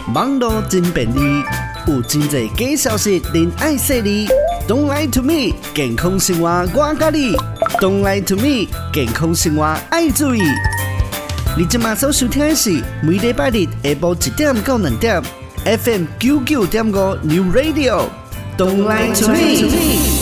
网络真便利，有真侪假消息，恁爱说你。Don't lie to me， 健康生活我甲你。Don't lie to me， 健康生活爱注意。你即马所收听的是每礼拜日下晡1点到2点 ，FM 99.5 New Radio。Don't lie to me。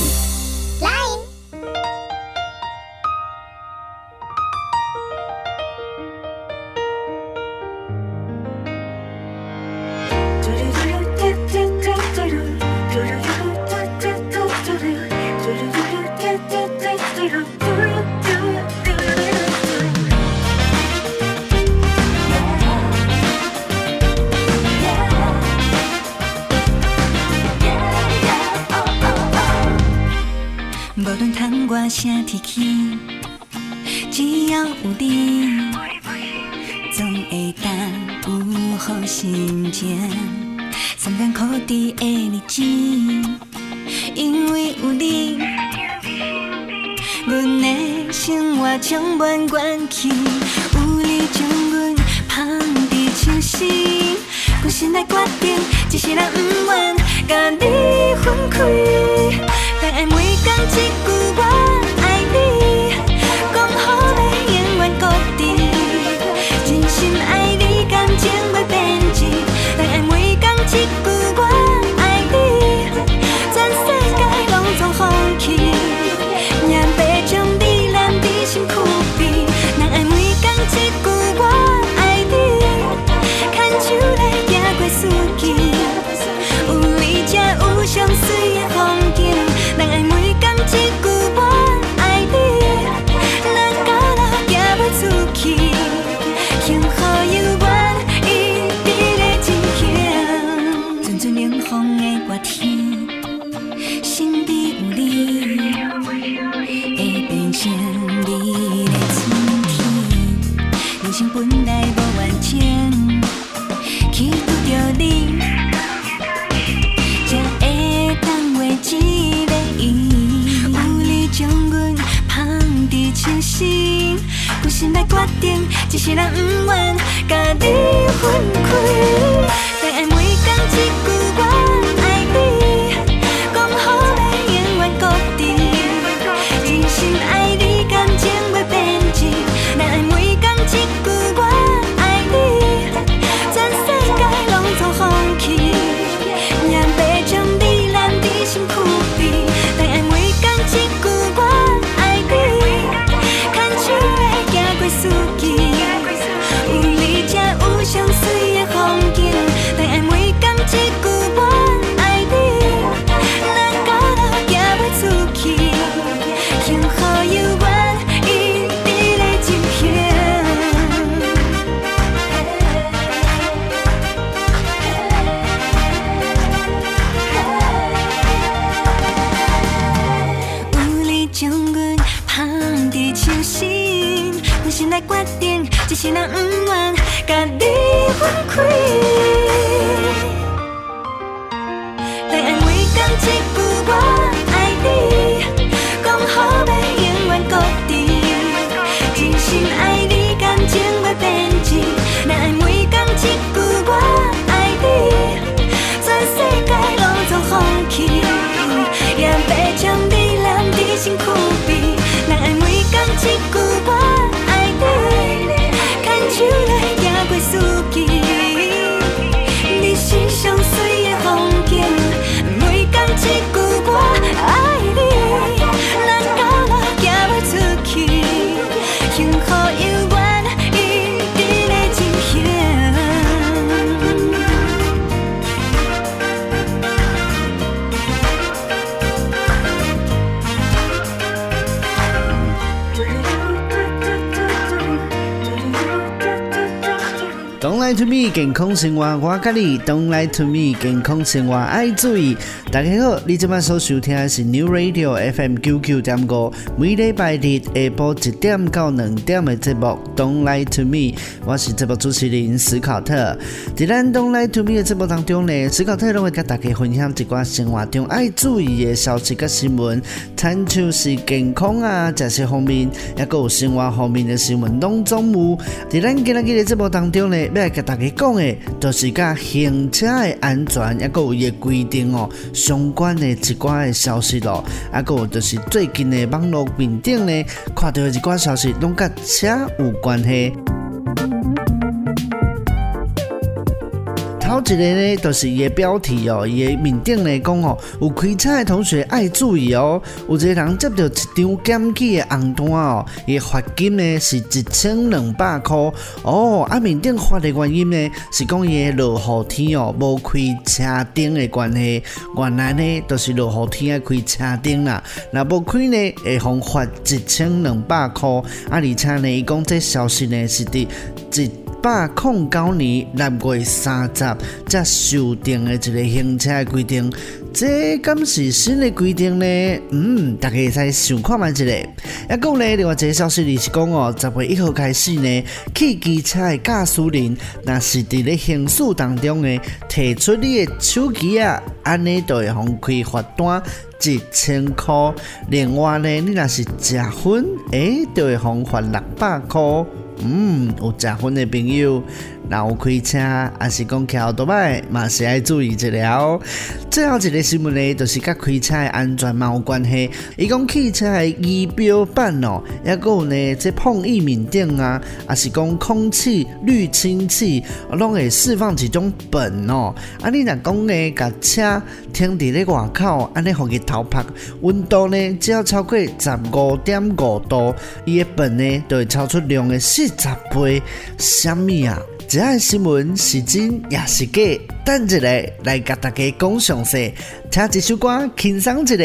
无论窗外啥天气，只要有你，总会当有好心情。3点苦滴的日子，因为有你，阮的生活充满元气。有你将阮放伫手心，我心来决定，一世人不愿甲你分开。但爱每天一句我爱你，讲好要永远固定，真心爱你，感情袂变质。但爱每天一句我爱你，全世界拢总放弃，也别将你揽伫心躯边。但爱每天一句我爱你，牵手来行过四季，有你才有上水的风景。但爱每天一句我爱你，咱到老行袂出去，幸福永远一直在进行。阵阵冷风的热天，身边有你，会变成美丽春天。人生本来无完整，去拄着你，才会当画一个圆。有你将阮放伫手心，有心来决定，一世人不愿甲你分开。但爱每天一句我爱你，讲好要永远固定，真心爱你，感情袂变质。但爱每天一句我爱你，全世界拢总放弃，也别将你揽伫心躯边。但爱每天一句我爱你，牵手来行过四季，有你才有上水的风景。但爱每天一句我爱你，咱到老行袂出去，幸福永远一直在进行。有你将阮放伫手心，我心来决定，一世人不愿甲你分开。但爱每天一句我爱你，讲好要永远固定，真心爱你，感情袂变质。但爱每天一句我爱你，全世界拢总放弃，也别将你揽伫心躯边。但爱每天一句我爱你，牵手来行过四季，你是上水的风景。每天一句我爱你，咱到老行袂出去，幸福永远一直在进行。 Don't lie to me， 健康生活我甲你。Don't lie to me， 健康生活爱注意。大家好，你即摆所收听的是 New Radio FM 99.5，每礼拜日下晡1点到2点的节目 Don't lie to me， 我是节目主持人史考特。在咱 Don't lie to me 的节目当中呢，史考特拢会甲大家分享一寡生活中爱注意的消息甲新闻，亲像是健康啊、食食方面，也有生活方面的新闻拢总有。在咱今日的节目当中呢，要甲甲大家讲的，就是甲行车的安全，也有伊的规定哦，相关的一寡的消息咯，还有就是最近的网络面顶呢，看到的一寡消息，拢甲车有关系。头一个呢，就是伊的标题哦，伊的面顶来讲哦，有开车的同学爱注意哦，有一个人接到一张检举的红单哦，伊的罚金呢是1200块哦，面顶罚的原因呢是讲伊的落雨天哦，无开车灯的关系，原来呢就是落雨天爱开车灯啦，若无开呢会互罚1200块，而且呢，伊讲这消息呢是伫1809年6月30才修订的一个行车的规定，这敢是新的规定呢？大家会使想看卖一下。还讲呢，另外一个消息是讲哦，10月1号开始呢，汽机车的驾驶人，若是伫咧行驶当中呢，提出你的手机啊，安尼就会互开罚单1000块。另外呢，你若是食薰，就会互罚600块。有食薰的朋友，若有开车，还是讲骑奥多摆，嘛是爱注意一下哦。最后一个新闻呢，就是甲开车的安全嘛有关系。伊讲汽车的仪表板哦，也有呢，这碰液面顶啊，还是讲空气滤清器，拢会释放一种苯哦。你若讲呢，甲车停伫咧外口，安尼互日头晒，温度呢只要超过15.5度，伊的苯呢就会超出量的40倍。什么啊？这项新闻是真也是假？等一下来甲大家讲详细，听一首歌轻松一下。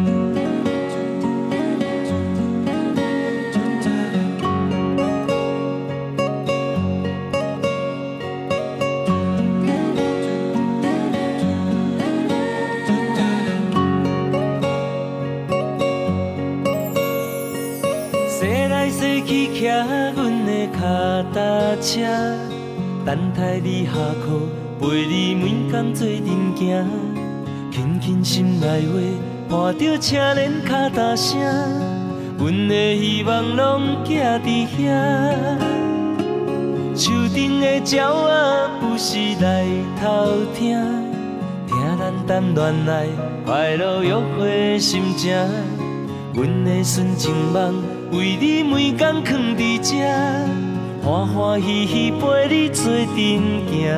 驶来驶去，骑阮的脚踏车。等待你下课，陪你每天做阵行，轻轻心内话，伴着车轮脚踏声，阮的希望拢寄伫遐。树顶的鸟仔不时来偷听，听咱谈恋爱快乐约会心情。阮的纯情梦为你每天藏伫这。欢欢喜喜陪你做阵行，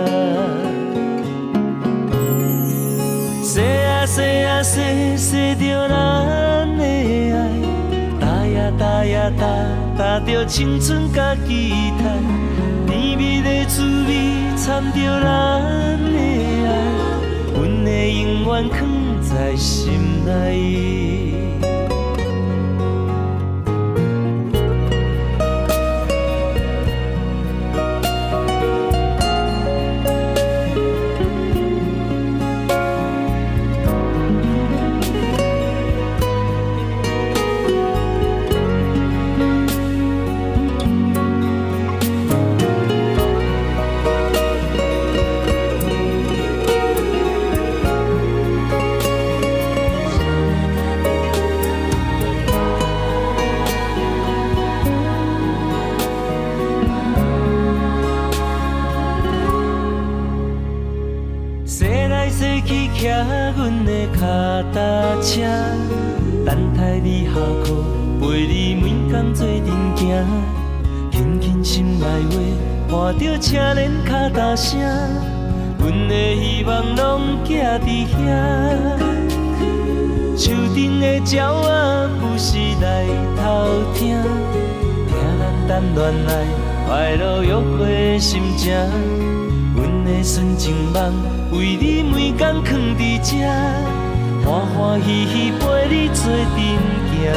驶啊驶啊驶，驶着咱的爱，踏呀踏呀踏，踏着青春甲期待，甜蜜的滋味掺着咱的爱，阮的永远藏在心内。骑阮的脚踏车，等待你下课，陪你每天做阵行，轻轻心内话，伴着车轮脚踏声，阮的希望拢寄伫遐。树顶的鸟仔不时来偷听，听咱谈恋爱快乐约会心情。阮的纯情梦为你每天藏伫这，欢欢喜喜陪你做阵行。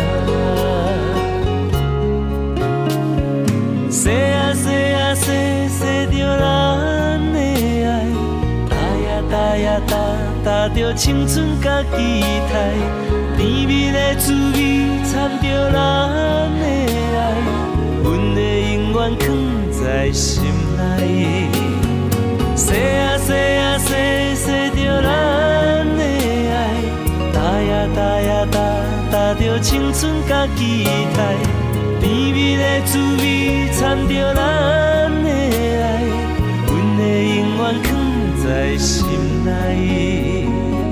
驶啊驶啊驶，驶着咱的爱，踏呀踏呀踏，踏着青春甲期待，甜蜜的滋味掺着咱的爱，阮的永远藏在心内。驶啊驶啊驶，驶着咱的爱，踏呀踏呀踏，踏着青春甲期待，甜蜜的滋味掺着咱的爱， 款藏在心内。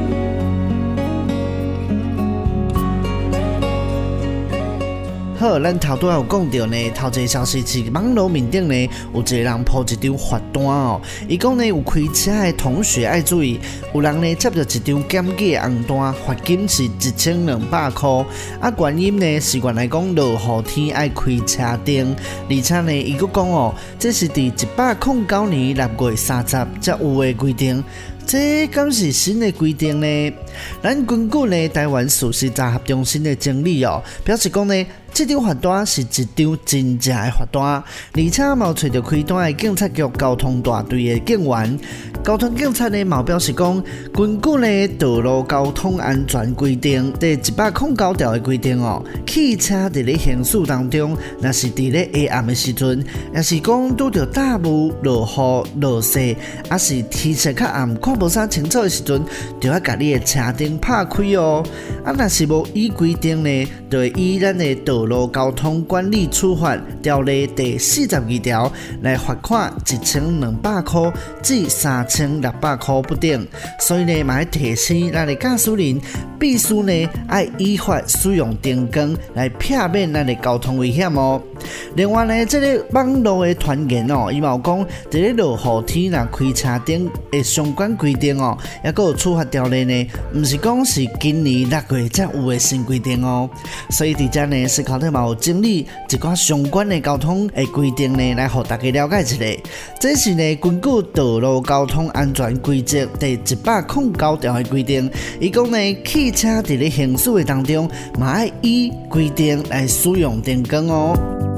好，咱头拄有讲到呢，头一个消息是网络面顶呢有一个人抛一张罚单哦，伊讲呢有开车的同学爱注意，有人呢接到一张减价红单，罚金是1200块，啊原因呢是原来讲落雨天爱开车灯，而且呢伊佫讲哦，这是伫109年6月30才有的规定。这敢是新的规定呢？咱根据呢台湾事实查核中心的整理哦，表示讲呢，这张罚单是一张真正的罚单，而且嘛有找到开单的警察局交通大队的警员。交通警察呢嘛表示讲，根据呢道路交通安全规定第109条的规定哦，汽车伫咧行驶当中，若是伫咧黑暗的时阵，也是讲拄到大雾、落雨、落雪，还是天色较暗，看无啥清楚的时阵，就要甲你的车灯拍开哦。啊，若是无依规定呢，就会以咱的道路交通管理处罚条例第42条来罚款1200块至3600块不等。所以呢，嘛要提醒咱的驾驶人，必须呢要依法使用灯光来避免咱的交通危险哦。另外呢，这个网络的传言哦，伊嘛有讲，在咧落雨天若开车灯的相关规定哦，也佫有处罚条例呢，唔是讲是今年6月才有的新规定哦。所以伫遮呢，思考特嘛有整理一寡相关的交通的规定呢，来互大家了解一下。这是呢，根据道路交通安全规则第109条的规定，伊讲呢，汽车伫咧行驶的当中，嘛要依规定来使用灯光哦。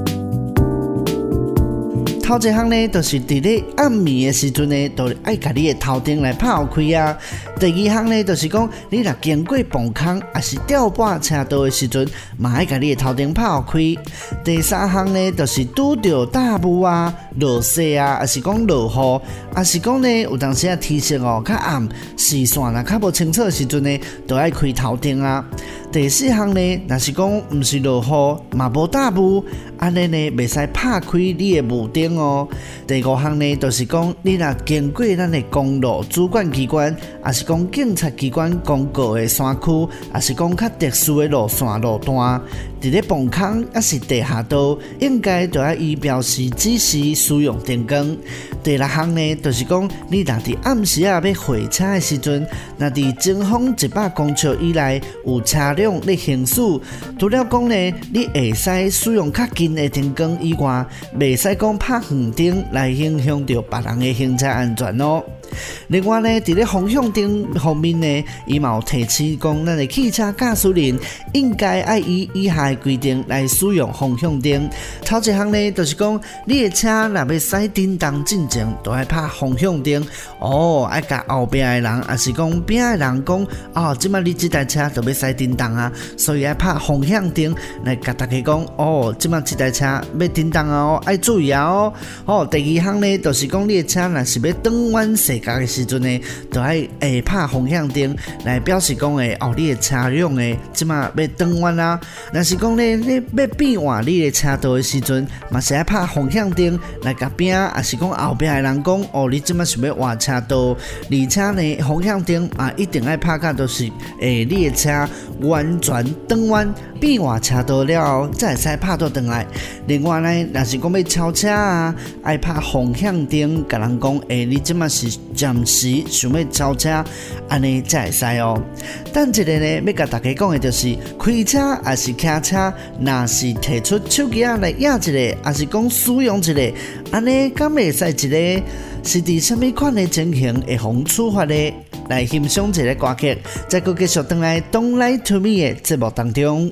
头一项呢，就是伫咧暗暝的时阵呢，就爱甲你的头灯来拍开啊。第二项呢，就是讲你若经过崩坑还是吊挂车道的时阵，嘛爱甲你的头灯拍开。第三项呢，就是拄到大雾啊、落雪啊，还是讲落雨，还是讲呢有当时啊天色哦较暗，视线啊较无清楚的时阵呢，就爱开头灯啊。第四项呢，若是讲唔是落雨，嘛无大雾，安尼呢袂使拍开你的雾灯哦。第五项呢，就是讲你若经过咱的公路主管机关，还是讲警察机关公告的山区，还是讲较特殊的路线路段，伫咧崩坑还是地下道，应该就要依标示指示使用灯光。第六项呢，就是讲你若伫暗时啊要会车的时阵，若伫前方100公尺以内有车辆咧行驶，除了讲呢，你会使使用较近的灯光以外，袂使讲拍远灯来影响到别人的行车安全哦。另外呢，伫咧方向灯方面呢，伊嘛有提醒讲，咱的汽车驾驶人应该爱依以下的规定来使用方向灯。头一项呢，就是讲你的车若要驶叮当进前，就要拍方向灯哦，爱甲后边的人，还是讲边的人讲哦，即摆你这台车就要驶叮当啊，所以爱拍方向灯来甲大家讲哦，即摆这台车要叮当啊哦，爱注意啊哦。哦，第二项呢，就是讲你的车若是要转弯世界的时阵呢，就要拍方向灯来表示讲哦，你的车辆即摆要转弯啊。若是讲呢，你要变换你的车道的时阵，嘛是爱拍方向灯来甲边，还是讲后边的人讲哦，你即摆是要换车道，而且呢，方向灯啊一定爱拍到都是你的车完全转弯变换车道了后，才会使拍倒转来。另外呢，若是讲要超车啊，爱拍方向灯，甲人讲你即摆是暂时想要超车，安尼才会使哦。但一个呢，要甲大家讲的就是，开车还是骑车，若是摕出手机来影一个，还是讲使用一个，安尼敢袂使一个是伫什么款的情形会互处罚呢？来欣赏一个歌曲，再搁继续回来《Don't Lie to Me》的节目当中。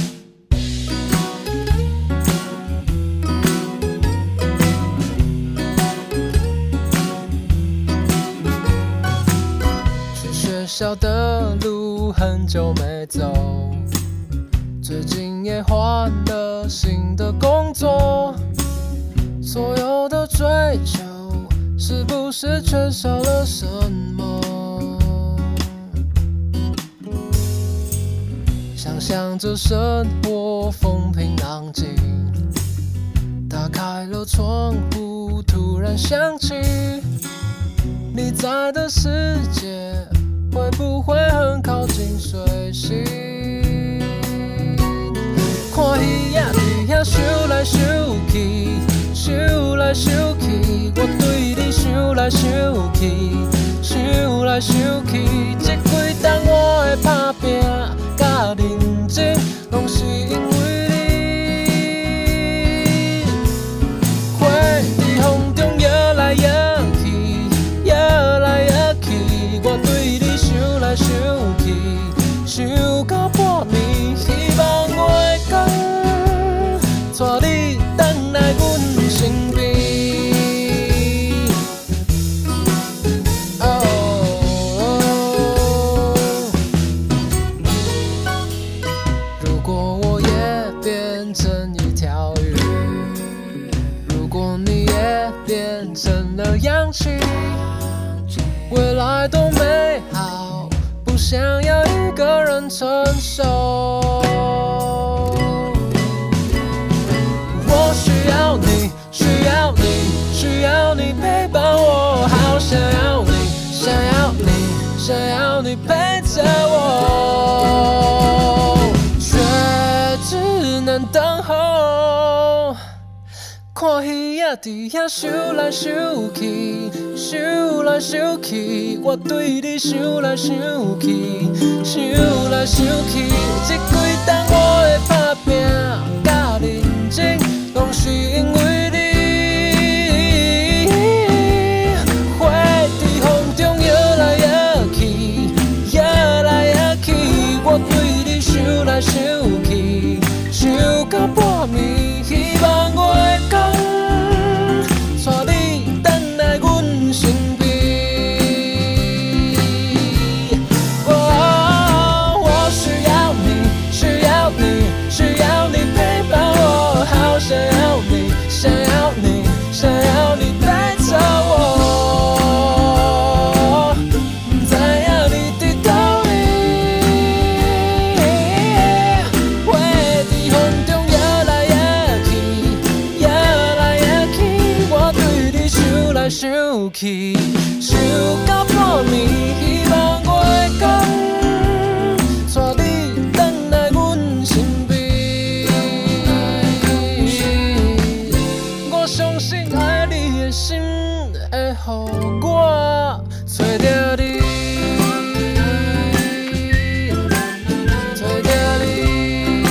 学校的路很久没走，最近也换了新的工作，所有的追求是不是缺少了什么？想象着生活风平浪静，打开了窗户，突然想起你在的世界会不会很靠近水星？看鱼仔伫遐游来游去，游来游去，我对你想来想去，想来想去。这几冬我的打拼甲认真，拢是因为你。花在风中摇来摇去，摇来摇去，我对你想来想去，想到半暝，希望有的天，带你回来阮身边。如果我也变成一条鱼，如果你也变成了氧气，未来多美好，不想要一个人承受。我需要你，需要你，需要你陪伴我，好想要你，想要你，想要你陪着我，却只能等候。看鱼仔伫遐游来游去，游来游去，我对你想来想去，想来想去。这几冬我的打拼甲认真，拢是因为你。花在风中摇来摇去，摇来摇去，我对你想来想去，想到半暝，希望我的天，带你回来阮身边。我需要你，需要你，需要你陪伴我，好想要你，想要你，想要你带着我。不知影你伫倒位，花在风中摇来摇去，摇来摇去，我对你想来想去，想到半暝，希望我的天，带你回来阮身边。我相信爱你的心会予我找到你，找到你，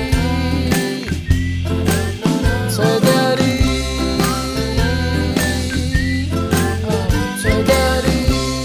找到你，找到你。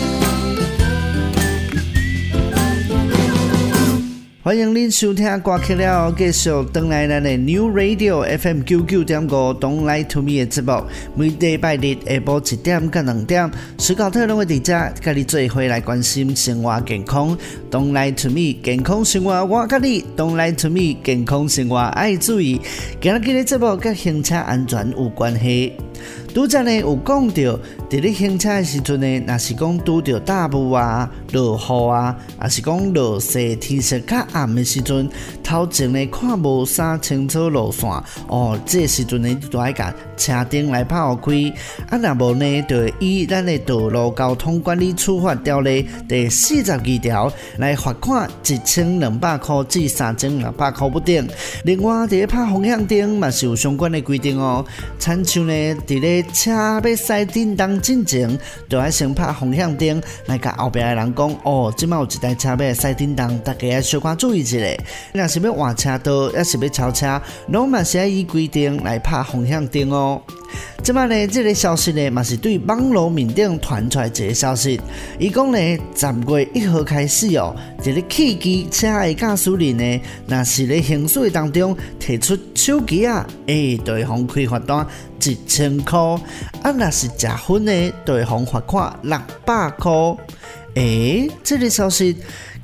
欢迎您收听歌曲了，继续回来咱的 New Radio FM 99.5 Don't Lie to Me 的节目，每礼拜日下晡1点到2点，苏高特拢会伫遮，甲你做伙来关心生活健康。Don't Lie to Me 健康生活我甲你 ，Don't Lie to Me 健康生活爱注意。今日的节目甲行车安全有关系。拄则呢有讲到，伫咧行车的时阵呢，若是讲拄到大雾啊、落雨啊，还是讲落雪、天色较暗的时阵，头前呢看无啥清楚路线哦，这时阵呢就爱甲车灯来拍互开，啊若无呢，就会以咱的道路交通管理处罚条例第42条来罚款1200块至3600块不等。另外，伫咧拍方向灯嘛是有相关的规定哦，亲像呢，伫咧车要驶叮当进前，就要先拍方向灯，来甲后壁的人讲哦，即摆有一台车要驶叮当，大家要小可注意一下。若是要换车道，还是要超车，拢嘛是要依规定来拍方向灯哦。即摆呢，这个消息呢，嘛是对网络面顶传出来一个消息。伊讲呢，10月1号开始哦，一个汽机车的驾驶人呢，若是咧行驶当中提出手机啊，就会互开罚单1000块；啊，若是食薰呢，就会互罚款600块。这个消息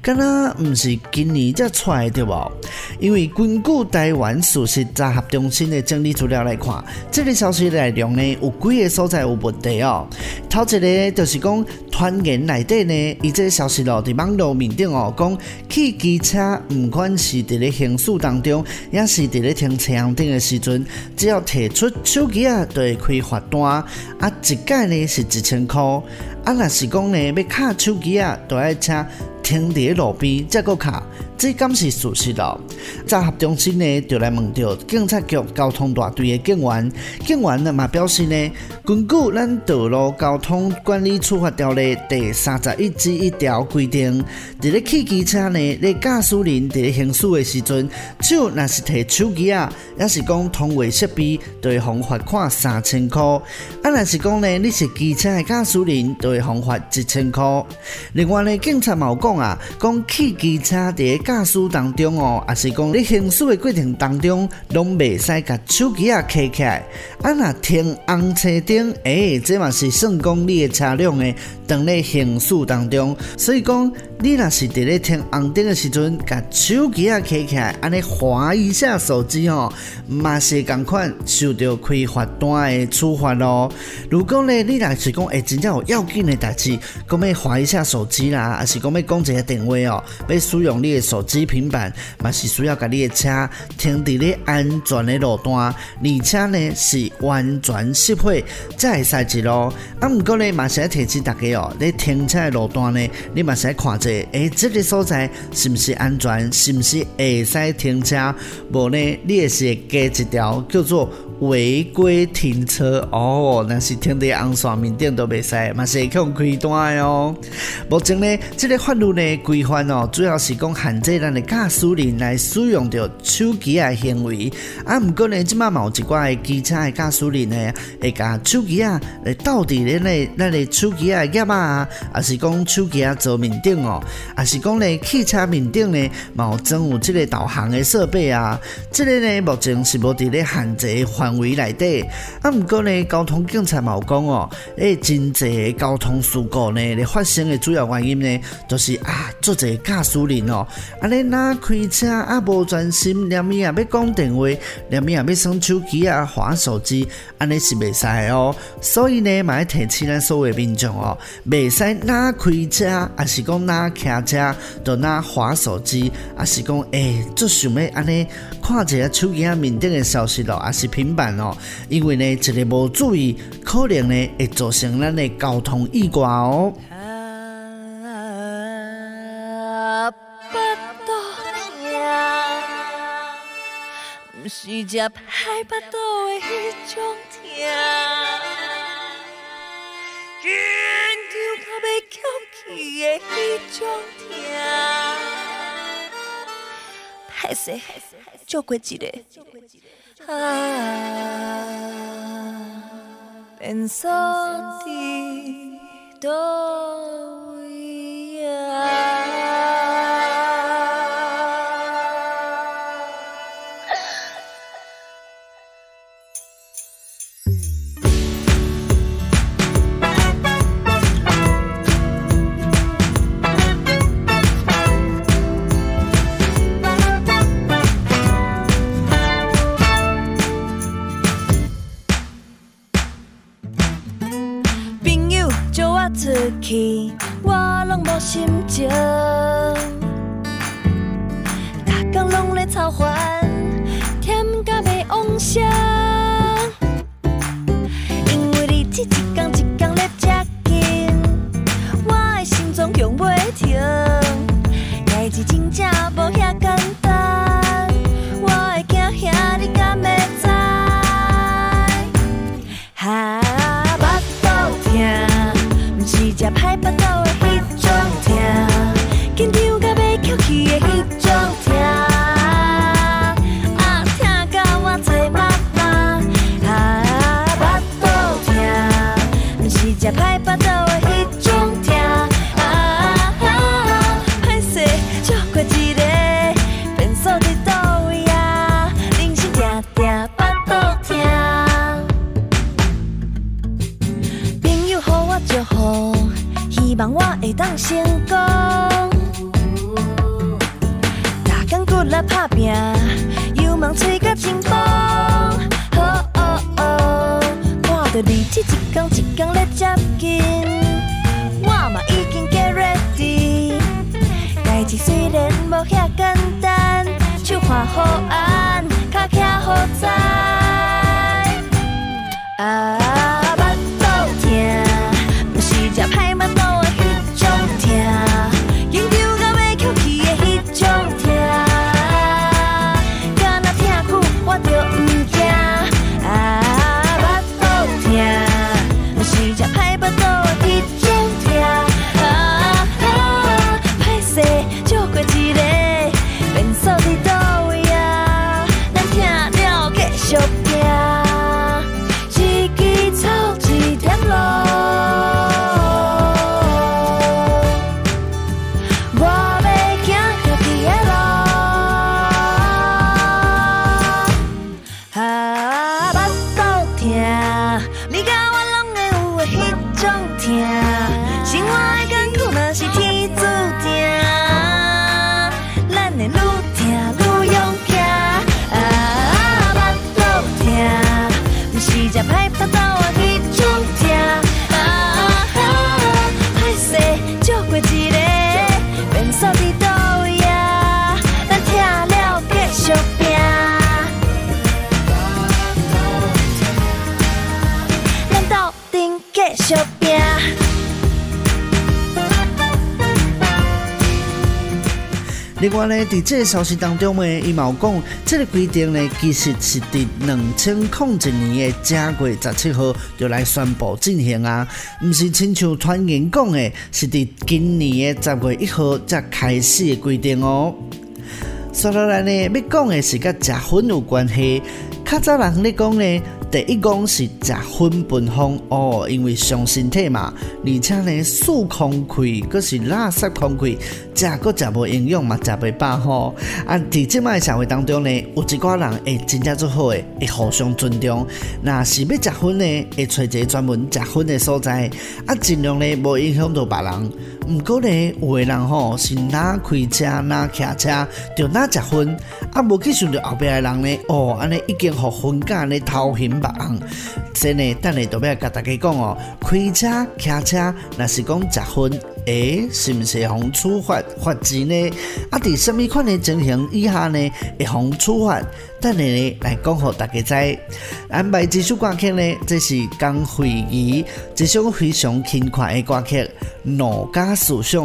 敢若毋是今年才出来对无？因为根据台湾事实查核中心的整理资料来看，这个消息内容呢有几个所在有问题哦。头一个就是讲传言内底呢，伊这个消息咯伫网络面顶哦，讲去机车毋管是伫咧行驶当中，也是伫咧停车行顶的时阵，只要提出手机啊，就会开罚单，啊一届呢是1000块，啊若是讲呢要卡手机啊，就要请停伫路边才够卡。这敢是事实咯？查核中心呢，就来问到警察局交通大队的警员，警员呢嘛表示呢，根据咱道路交通管理处罚条例第31之1条规定，伫咧骑机车呢，咧驾驶人伫咧行驶的时阵，手若是摕手机啊，也是讲通话设备，就会罚款3000块；啊，若是讲呢，你是机车的驾驶人，就会罚1000块。另外呢，警察嘛有讲啊，讲骑机车伫咧驾驶当中哦，也是讲你行驶的过程当中，拢袂使甲手机啊摕起来。啊，若停红车顶，这嘛是算讲你的车辆的当咧行驶当中。所以讲，你若是伫咧停红灯的时阵，甲手机啊摕起来，安尼滑一下手机哦，嘛是同款受到开罚单的处罚咯。如果呢，你若是讲真正有要紧的代志，讲要滑一下手机啦，还是讲要讲一个电话哦，要使用你的手机、平板，嘛是需要甲你的车停伫咧安全的路段，而且呢是完全适配才会使去咯。啊，毋过呢，嘛是要提醒大家哦，你停车的路段呢，你嘛是要看者，这个所在是毋是安全，是毋是会使停车？无呢，你也是加一条叫做违规停车哦，那是停伫红线面顶都袂使，嘛是会去开单的哦。目前呢，这个法律呢规范哦，主要是讲限制咱的驾驶人来使用着手机的行为。啊，毋过呢，即马嘛有一寡的机车的驾驶人呢，会甲手机啊来倒伫咱的手机啊叶啊，还是讲手机啊座面顶哦，还是讲呢汽车面顶呢，嘛有装有这个导航的设备啊。这个呢，目前是无伫咧限制范围内底。啊，毋过呢，交通警察嘛有讲哦，真济交通事故呢，咧发生的主要原因呢，就是足济驾驶人哦，安尼若开车啊无专心，连伊也要讲电话，连伊也要耍手机啊、滑手机，安尼是袂使的哦。所以呢，嘛要提醒咱所有的民众哦，袂使若开车，还是讲若骑车，就若滑手机，还是讲就想要安尼看一下手机啊面顶的消息咯，还是平板哦，因为呢，一个无注意，可能呢会造成咱的交通意外哦。 不是只歹巴肚的迄种痛，紧张到要哭泣的迄种痛，歹势，做过一个，变数伫倒位啊？出去，我拢无心情，大工拢咧操烦，忝甲要妄想。因为日子一天一天咧接近，我的心总用袂停。代志真正无遐简单，我会惊遐你敢会知？巴肚痛。是只歹巴肚的迄种痛，紧张甲要哭泣的迄种痛，痛到我找妈妈。巴肚痛，毋是只歹巴肚的迄种痛，歹势做过一个，变数伫倒位啊？人生定定巴肚痛。朋友予我祝福，希望我会当成功。 来打拼，有梦吹甲真风。看着日子一天一天在接近，我嘛已经 get ready。代志虽然无遐简单，手看好安，脚徛好在。啊，巴肚痛，不是食歹巴肚的迄种痛，研究到要翘起的迄种痛，敢若痛久我就毋惊。啊，巴肚痛，不是食歹巴肚的迄种痛，歹势照过一个，变数伫倒位啊？咱痛了继续拼。食歹巴肚的迄种痛，歹势照过一个，变数伫倒位啊？咱痛了继续拼，咱斗阵继续拼。 另外呢，伫这个消息当中呢，伊嘛有讲，这个规定呢，其实是伫2001年的正月17号就来宣布进行啊，毋是亲像传言讲的，是伫今年的10月1号才开始的规定哦。接落来呢，要讲的是甲食薰有关系，较早人咧讲呢。第一讲是食薰喷风哦，因为伤身体嘛，而且呢数空气，佫是垃圾空气，食佫食无营养嘛，食袂饱吼。啊，伫即摆社会当中呢，有一寡人会真正做好诶，会互相尊重。若是要食薰呢，会找一个专门食薰的所在，啊，尽量呢无影响到别人。毋过呢，有诶人吼是哪开车哪骑车，就哪食薰，啊无去想到后壁诶人呢，哦，安尼已经互薰甲安尼偷嫌别人。这呢，等下就要甲大家讲哦，开车骑车，若是讲食薰，是毋是会互处罚钱呢？啊，伫什么款的情形以下呢，会互处罚？等下呢来讲互大家知。安排这首歌曲呢，这是江惠仪一首非常轻快的歌曲《怒家思想》。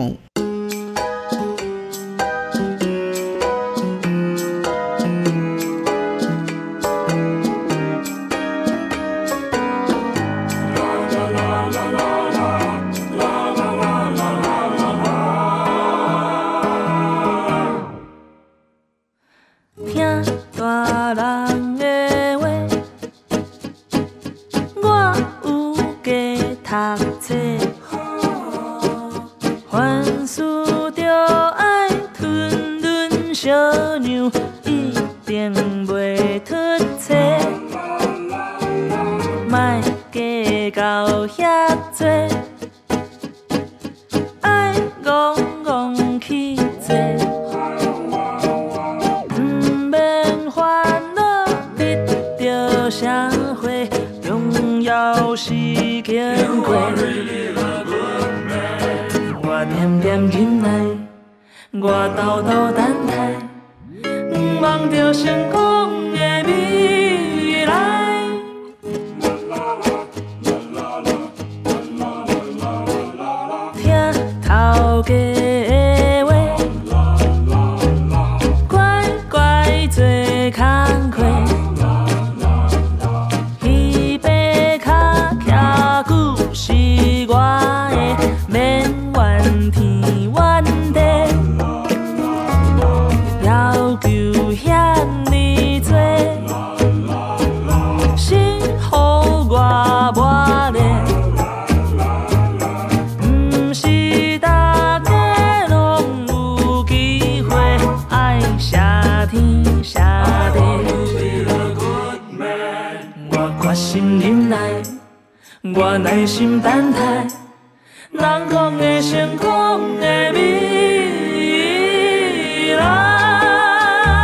我耐心等待，人讲的成功的未来。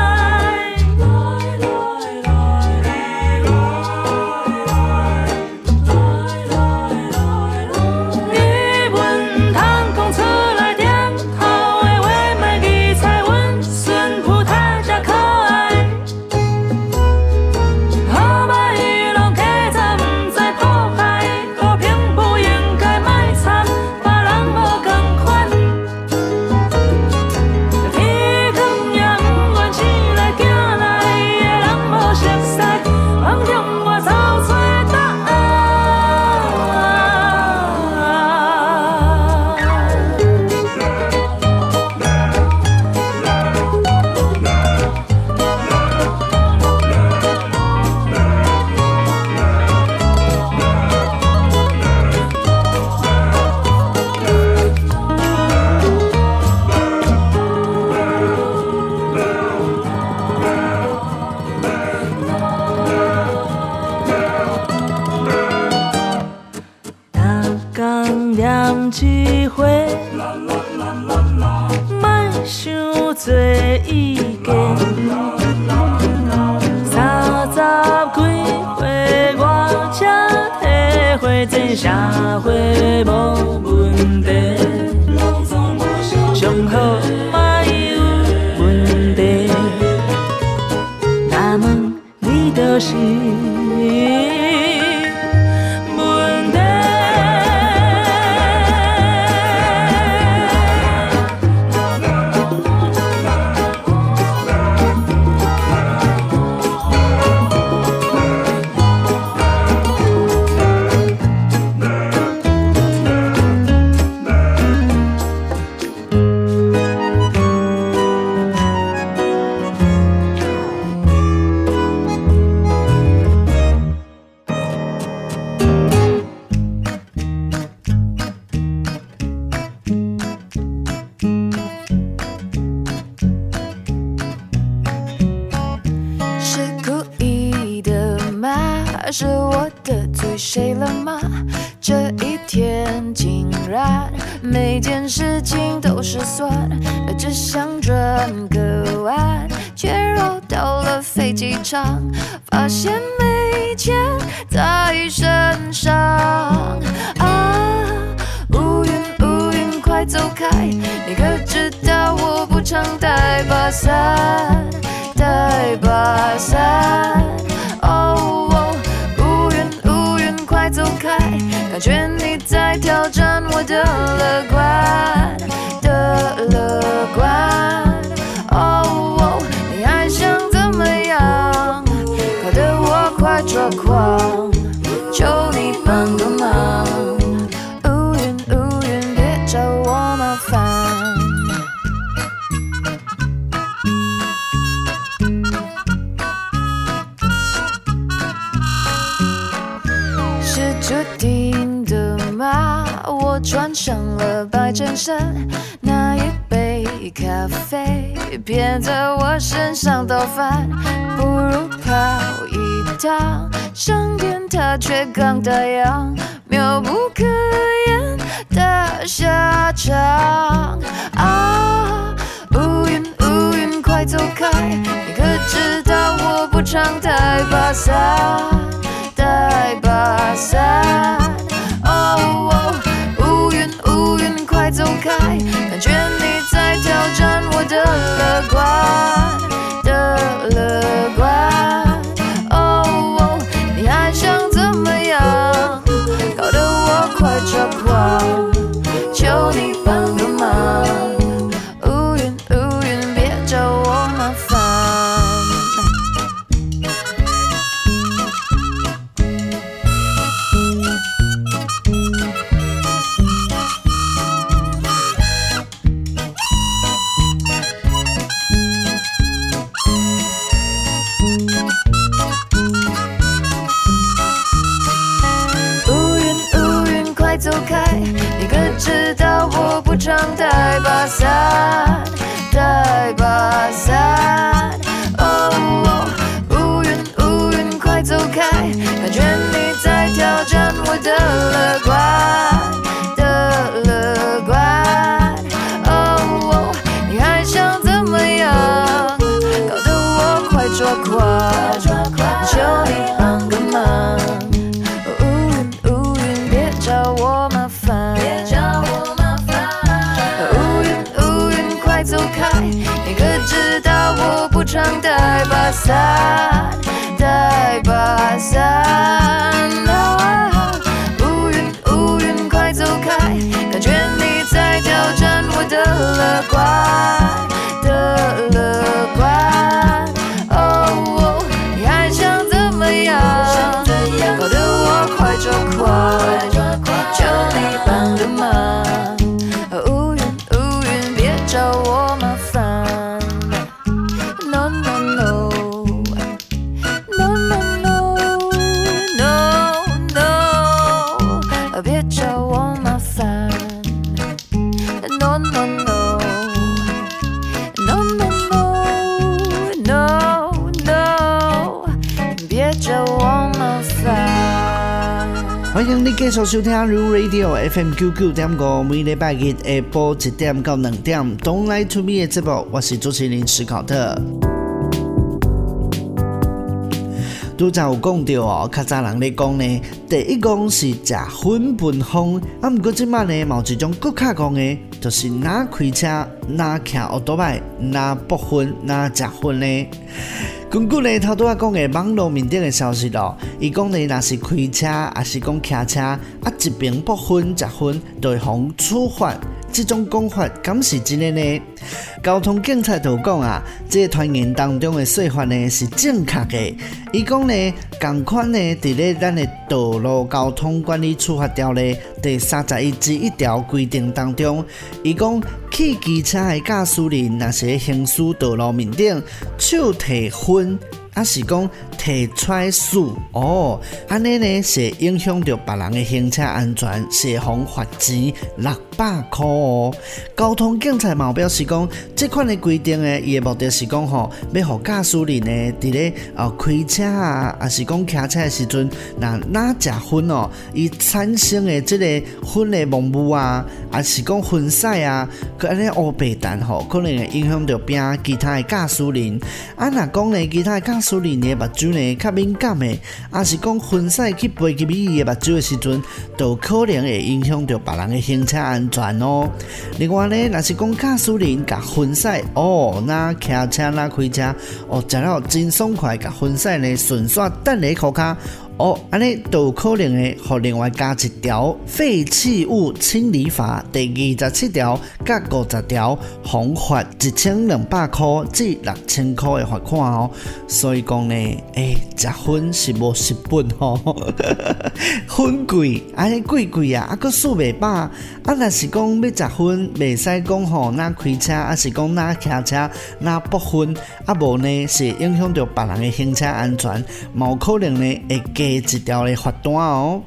莫想做意见。30几岁我才体会这社会无问题，上好莫有问题。若问你就是问题。 是我得罪谁了吗？这一天竟然每件事情都失算，只想转个弯，却绕到了飞机场，发现没钱在身上。啊，乌云乌云快走开，你可知道我不常带把伞，带把伞。哦，快走开！感觉你在挑战我的乐观，的乐观。哦，你还想怎么样？搞得我快抓狂，求你帮个忙。乌云乌云，别找我麻烦。注定的吗？我穿上了白衬衫，那一杯咖啡偏在我身上倒翻，不如跑一趟，上天它却刚打烊，妙不可言的下场。啊，乌云乌云快走开，你可知道我不常带把伞，带把伞。哦，乌云乌云快走开，感觉你在挑战我的乐观，的乐观。哦，你还想怎么样？搞得我快抓狂，求你帮个忙。乌云乌云，别找我麻烦。走开，你可知道我不常带把伞，带把伞。哦，乌云乌云快走开，感觉你在挑战我的乐观，的乐观。哦，你还想怎么样？搞得我快抓狂，求你帮个忙。找我麻烦，别找我麻烦。乌云乌云快走开，你可知道我不常带把伞，带把伞。乌云乌云快走开，感觉你在挑战我的乐观，的乐观。哦，你还想怎么样？搞得我快抓狂。求你帮个忙，乌云乌云，别找我麻烦。No no no no no no no no， 别找我麻烦。No no no 欢迎你继续收听 New Radio FM 99.5，每礼拜日下晡1点到2点 ，Don't Lie to Me 的节目，我是主持人史考特。拄才有讲到哦，较早人咧讲呢，第一讲是食薰喷风，啊，毋过即摆呢，嘛有一种更较讲的，就是哪开车、哪骑奥多摆、哪博薰、哪食薰呢。根据呢头拄仔讲的网络面顶的消息咯，伊讲呢，若是开车，还是讲骑车，啊一边博薰食薰，就会互处罚。这种讲法敢是真的呢？交通警察就讲啊，这个团员当中的说法呢是正确的。伊讲呢，同款呢，伫咧咱的道路交通管理处罚条例第31条规定当中，伊讲骑机车的驾驶人若是行驶道路面顶手提薰。啊是讲提出来数哦，安尼呢是影响到别人的行车安全，是互罚钱600块哦。交通警察嘛表示讲，这款的规定呢，伊的目的是讲吼，要互驾驶人呢，伫咧开车啊，还是讲骑车的时阵，哪食薰哦，伊产生的这个薰的浓雾啊，还是讲薰屎啊，佮安尼乌白蛋吼，可能会影响到边其他的驾驶人。啊，若讲呢，其他的驾驶人的目睭呢较敏感的，还是讲薰屎去飞入伊的目睭的时阵，就可能会影响到别人的行车安全哦。另外呢，若是讲驾驶人甲薰屎哦，那骑车那开车哦，食了真爽快，甲薰屎呢顺续等咧裤骹。哦，安尼就有可能会互另外加一条废弃物清理法第27条甲50条，罚款1200块至6000块的罚款哦。所以讲呢，食薰是无成本吼，薰贵，安尼贵啊，啊，佮数袂饱。啊，若是讲要食薰，袂使讲吼，哪开车，啊是讲哪骑车，哪博薰，啊无呢是影响到别人的行车安全，嘛有可能呢会加一条的罚单哦。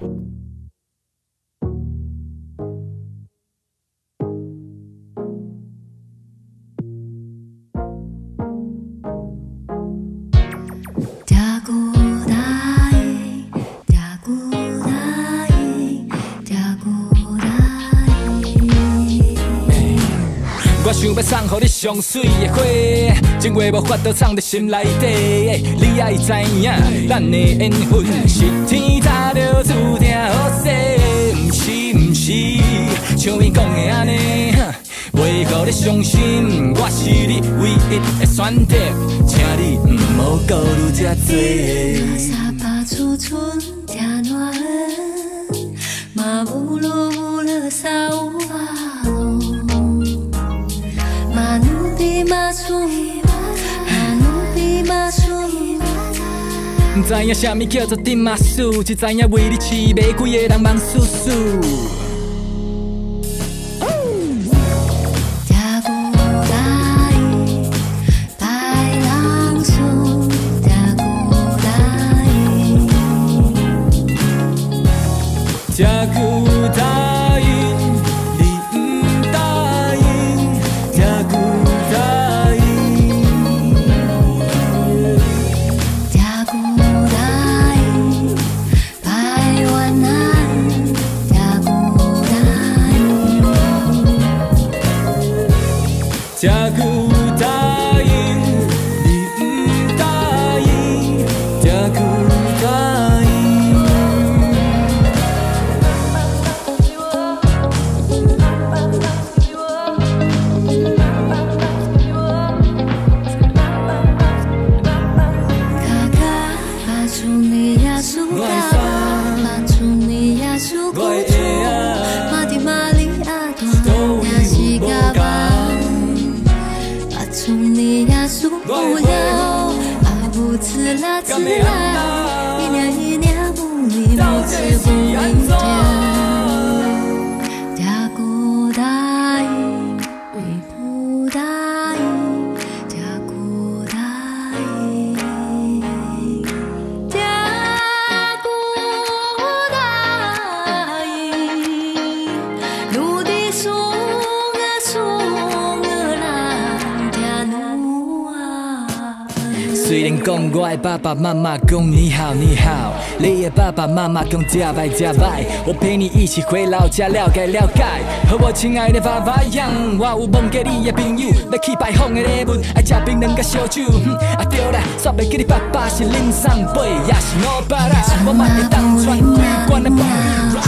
我想要送予你上水的花，情话无法度藏在心内底。你爱知影，咱的缘分是天早就注定好势，不是，像伊讲的安尼，袂予你伤心。我是你唯一的选择，请你唔好顾虑这多。 沙巴初春正暖和，嘛乌了沙乌瓦罗。努比马苏，努比马苏。 不知影啥物叫做丁马苏，只知影为你饲马几个人忙叔叔。 边讲我的爸爸妈妈讲你好你好，你的爸爸妈妈讲加拜加拜，我陪你一起回老家了解了解。和我亲爱的爸爸一样，我有问过你的朋友，要去拜访的礼物，爱吃槟榔甲烧酒。对啦，煞袂记你爸爸是恁送辈，也是我爸啦，我嘛会当传规管的保佑。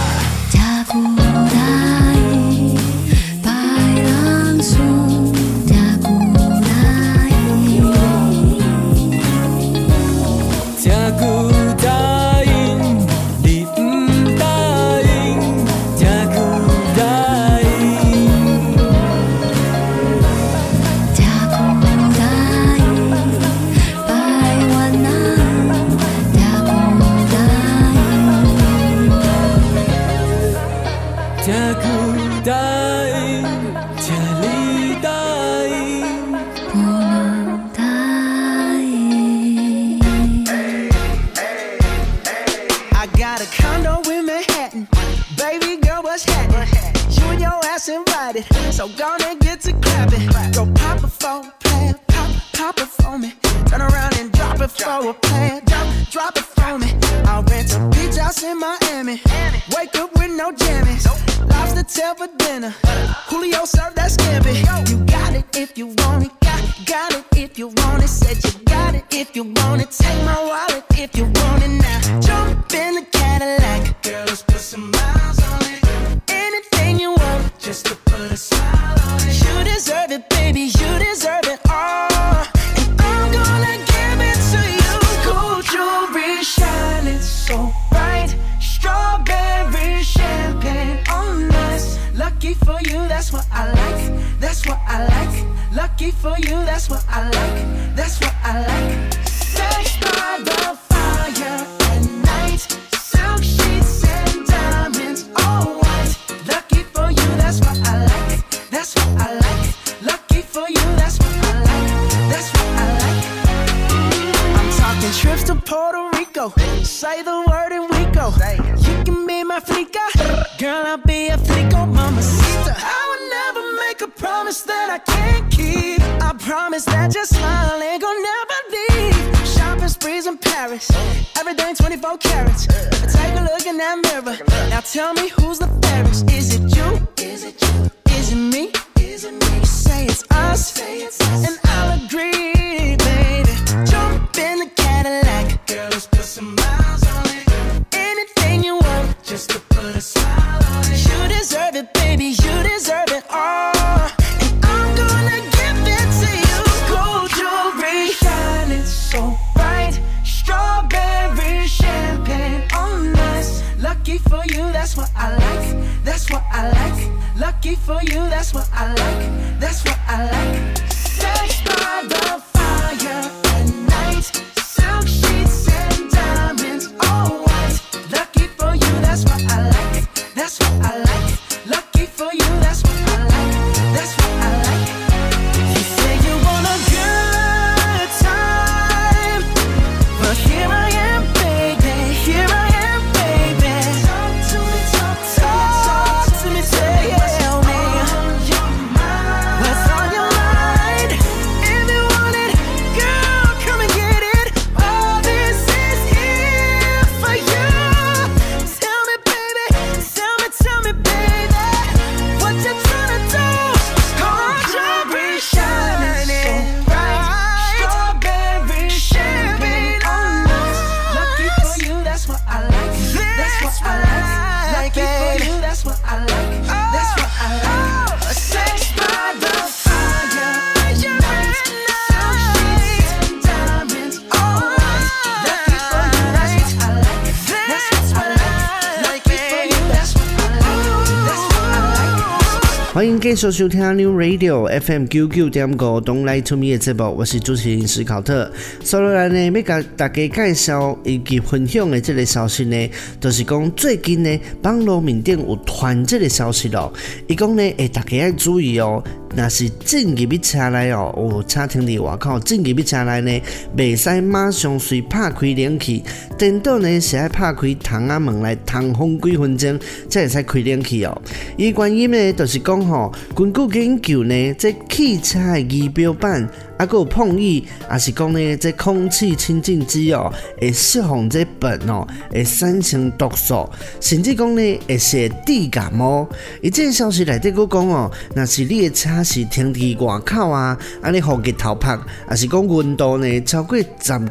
So gonna get to clapping. Go pop it for a plan, pop it for me. Turn around and drop it for a plan, drop it for me. I'll rent a beach house in Miami. Wake up with no jammies. Lobster tail for dinner. Julio served that scampi. You got it if you want it. Got it if you want it. Said you got it if you want it. Take my wallet if you want it now. Jump in the Cadillac. Girl, let's put some miles on it. Anything you want, just to put a smile on it. You deserve it, baby, you deserve it all. And I'm gonna give it to you. Gold jewelry shining so bright. Strawberry champagne on us. Lucky for you, that's what I like. That's what I like. Lucky for you, that's what I like. That's what I like. Sex by the fire at night. Silk sheets and diamonds, all white. Lucky for you, that's what I like. That's what I like. Lucky for you, that's what I like. That's what I like. I'm talking trips to Puerto Rico. Say the word and we go. You can be my flica. Girl, I'll be a flico, mamacita. I would never make a promise that I can't keep. I promise that your smile ain't gon' never leave. Shopping sprees in Paris. Everything 24 carats. Take a look in that mirror. Now tell me who's the fairest. Is it you? Is it you? Is it me? Is it me? Say it's us. And I'll agree, baby. Jump in the Cadillac. Girl, let's put some miles on it. Anything you want, just to put a smile on it. You deserve it, baby, you deserve it all. And I'm gonna give it to you. Gold jewelry shining so bright. Strawberry champagne on us. Lucky for you, that's what I like. That's what I like. Lucky for you, that's what I like. That's what I like. Sex by the fire at night. Silk sheets and diamonds, all white. Lucky for you, that's what I like. That's what I like. Lucky for you, that's what I like. That's what I like. You say you want a good time, but here I am, baby. Here I am, baby. Talk to me, talk to me, tell me what's on your mind. If you want it, girl, come and get it. All this is here for you. Tell me, baby, tell me, baby, what you tryna do? Gold jewelry shining bright. Strawberry champagne on us. Lucky for you, that's what I like. That's what I like. Lucky for you, that's what I like. That's what I like. Sex by the fire at night. Silk sheets and diamonds, all white. Lucky for you, that's what I like. That's what I like. Lucky for you, that's what I like. That's what I like. 欢迎继续收听 New Radio FM 99.5 Don't Lie to Me 的节目，我是主持人史考特。所以呢，要甲大家介绍以及分享的这个消息呢，就是讲最近呢，网络面顶有传这个消息咯。伊讲呢，大家要注意哦，若是进入去车内哦，有车停伫外口，进入去车内呢，袂使马上随拍开冷气，颠倒呢是爱拍开窗仔门来通风几分钟，才会使开冷气哦。伊原因呢，就是讲吼，根据研究呢，这汽车的仪表板还有碰液，也是讲呢，这空气清净机哦，会释放这苯哦，会产生毒素，甚至讲呢，会使致感冒。伊这消息内底佫讲哦，若是你的车是停伫外口啊，安尼雨日头晒，也是讲温度呢超过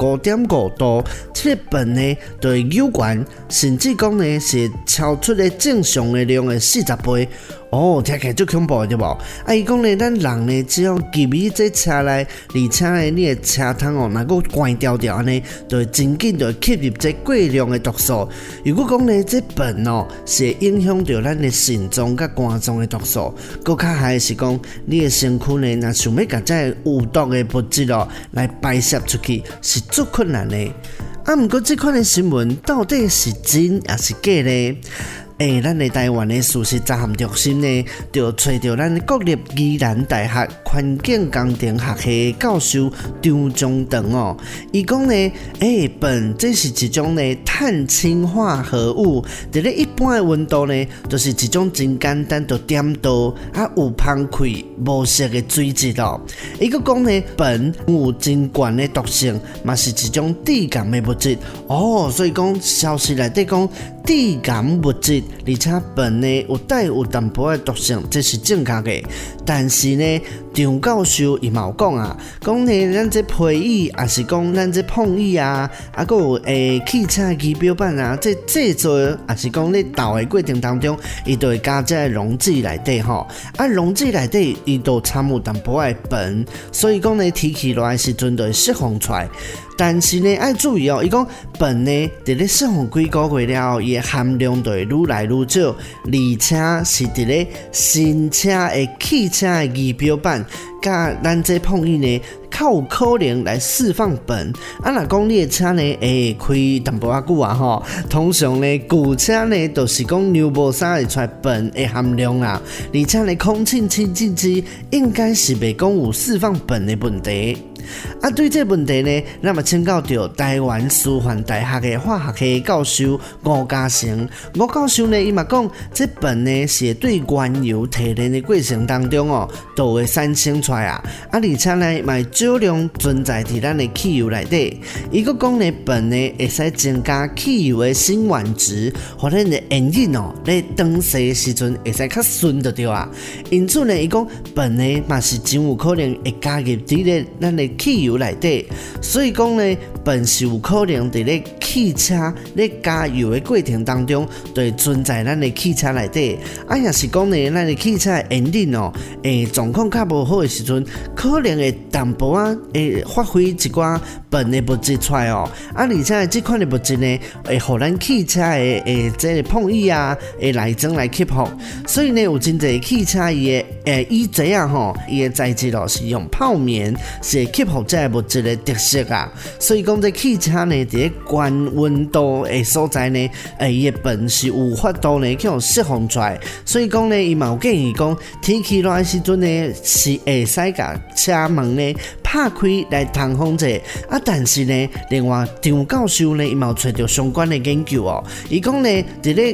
15.5度，这个苯呢就会有关，甚至讲呢是超出了正常的量的40倍。哦，听起来足恐怖对无？啊，伊讲呢，咱人呢只要入去这车内，而且呢，你的车窗哦，若个关掉安尼，就会真紧就吸入这过量的毒素。如果讲呢，这苯哦是会影响到咱的肾脏甲肝脏的毒素，更较害是讲你的身躯呢，若想要甲这有毒的物质哦来排泄出去，是足困难的。啊，毋过这款的新闻到底是真还是假呢？咱的台湾的事实查核中心呢，就找到咱的国立宜兰大学环境工程学系教授张忠长哦，伊讲呢，苯这是一种呢碳氢化合物，伫咧一般的温度呢，就是一种真简单就点到啊有芳开无色的水质哦。伊个讲呢，苯有真悬的毒性，嘛是一种致感的物质哦，所以讲消息内底讲致感物质。而且苯呢有带有淡薄的毒性，这是正确的。但是呢，张教授伊嘛有讲啊，讲呢咱这皮椅，也是讲咱这碰椅啊，还有汽车仪表板啊，这制作也是讲咧倒的过程当中，伊就会加在溶剂内底吼。啊，溶剂内底伊都掺有淡薄的苯，所以讲呢，提起来的时阵就会释放出来。但是呢，要注意哦，伊讲苯呢，伫咧释放几个月了后，伊的含量就会愈来愈少，而且是伫咧新车的汽车的仪表板，甲咱这碰椅呢，较有可能来释放苯。啊，若讲你的车呢，会开淡薄仔久啊吼，通常呢，旧车呢，就是讲牛无啥会出来苯的含量啦，而且呢，空气清净机应该是袂讲有释放苯的问题。啊，对这个问题呢，咱嘛请教到台湾师范大学的化学系教授吴嘉成。吴教授呢，伊嘛讲，这苯呢是对原油提炼的过程当中哦，都会产生出来啊。而且呢，嘛少量存在伫咱的汽油内底。伊个讲呢，苯呢会使增加汽油的辛烷值，互咱的引擎哦，咧长驶的时阵会使较顺就对啊。因此呢，伊讲苯呢嘛是真有可能会加入伫咧咱的汽油内底，所以讲呢，苯是有可能伫咧汽车咧加油的过程当中，就会存在咱的汽车内底。啊，也是讲呢，咱的汽车的引擎哦，状况较无好的时阵，可能会淡薄啊，会发挥一寡苯的物质出来哦。啊，而且这款的物质呢，会互咱汽车的这个碰椅啊，内装来吸附。所以呢，有真侪汽车伊的椅子啊吼，伊的材质哦是用泡棉，是会吸附这个物质的特色啊。所以讲，这汽车呢，伫咧高温度的所在呢，伊的苯是有法度呢，去互释放出来。所以讲呢，伊嘛有建议讲，天气热的时阵呢，是会使甲车门呢拍开来通风者。啊，但是呢，另外张教授呢，伊嘛有找到相关的研究哦。伊讲呢，伫咧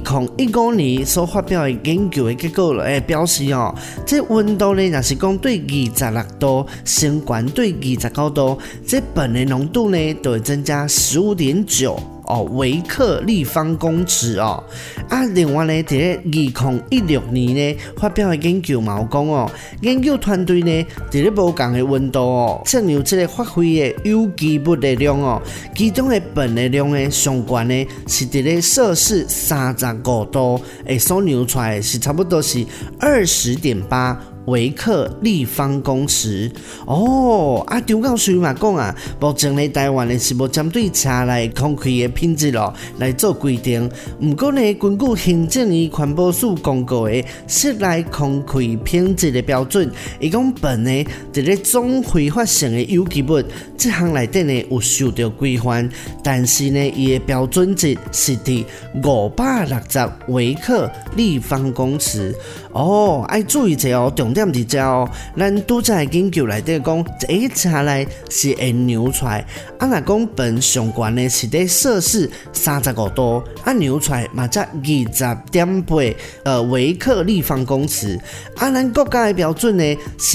2015年所发表的研究的结果表示哦，这温度呢，若是讲对26度升悬对29度，这苯的浓度呢，就会增加15.9。微克立方公尺哦。啊，另外呢，伫咧2016年呢发表的研究嘛有讲哦，研究团队呢伫咧无同的温度哦，测量这个发挥的有机物的量哦，其中的苯的量呢上悬呢是伫咧摄氏35度，所量出来是差不多是20.8。微克立方公尺哦，啊，张教授嘛讲啊，目前呢台湾呢是无针对车内空气的品质哦来做规定，不过呢，根据行政院环保署公告的室内空气品质的标准，伊讲苯呢伫咧总挥发性的有机物，这项内底呢有受到规范，但是呢，伊的标准值是伫560微克立方公尺哦，爱注意者哦。重点伫遮哦，咱拄则研究内底讲，一车内是会流出来，啊，若讲苯上悬呢是伫摄氏35度，啊，流出来嘛才20.8微克立方公尺，啊，咱国家的标准呢是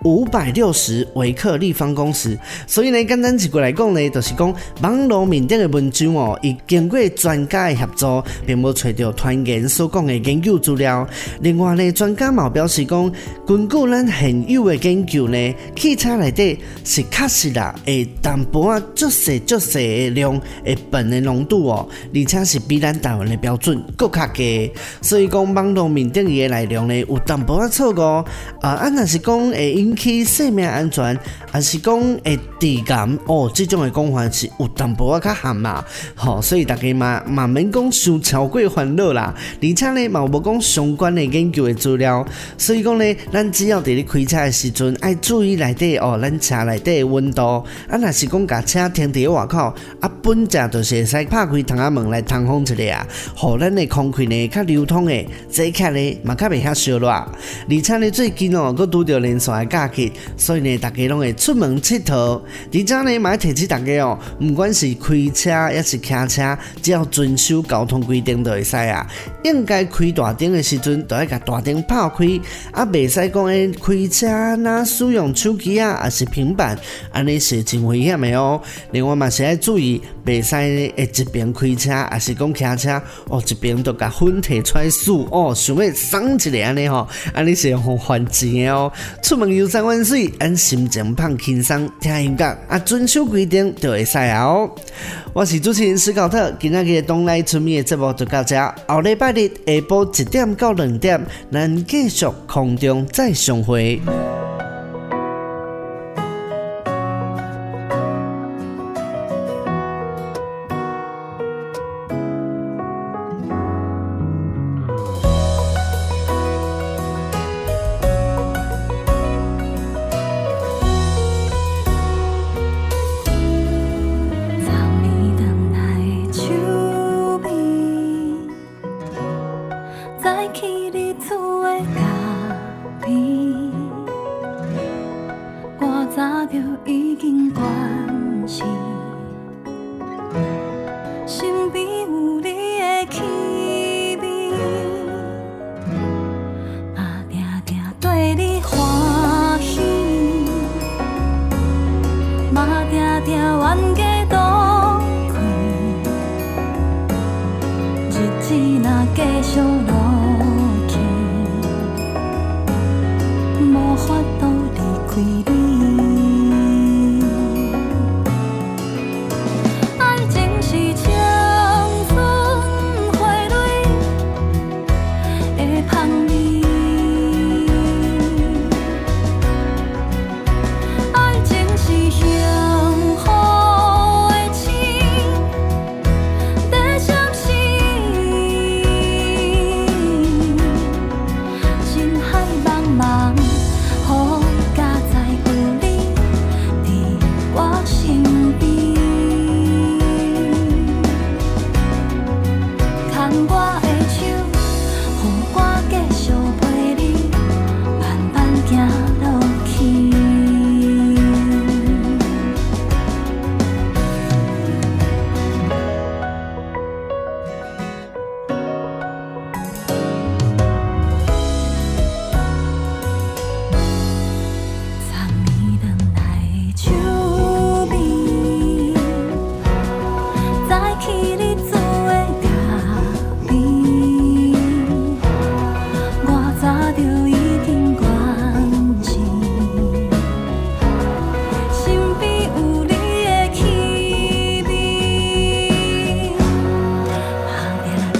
560微克立方公尺。所以呢，简单一句来讲呢，就是讲网络面顶的文章哦，伊经过专家的协助，并无找到团研所讲的研究资料。另外呢，专家嘛表示讲，根据咱现有的研究呢，汽车内底是确实啦，会淡薄啊，足细的量会苯的浓度哦，而且是比咱台湾的标准更较低。所以讲，网络面顶伊的内容呢，有淡薄啊错误若是讲会引起生命安全，还是讲会致癌哦，这种的讲法是有淡薄啊较含嘛。所以大家嘛免讲伤超过烦恼啦，而且呢嘛无讲相关的研究的资料，所以讲呢，咱只要伫咧开车的时阵，爱注意内底咱车内底的温度。若是讲甲车停伫外口，本正就是会使拍开窗仔门来通风一下啊，互咱的空气呢较流通的，坐起呢嘛较袂遐烧热。而且呢，最近佫拄着连续的假期，所以呢，大家拢会出门佚佗。而且呢，嘛要提醒大家不管是开车也是骑车，只要遵守交通规定就会使啊。应该开大灯的时阵，就要甲大灯拍开，袂使讲开车若使用手机也是平板，安尼是真危险的哦。另外嘛是要注意，袂使一边开车，也是讲骑车一边就甲粉摕出来输想要送一个安尼安尼是互还钱的哦。出门游山玩水，按心情放轻松，听音乐遵守规定就会使哦。我是主持人史考特，今仔日东来春米的节目就到这，后礼拜日下晡1点到2点，咱继续空中再相会。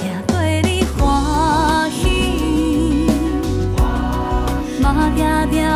定定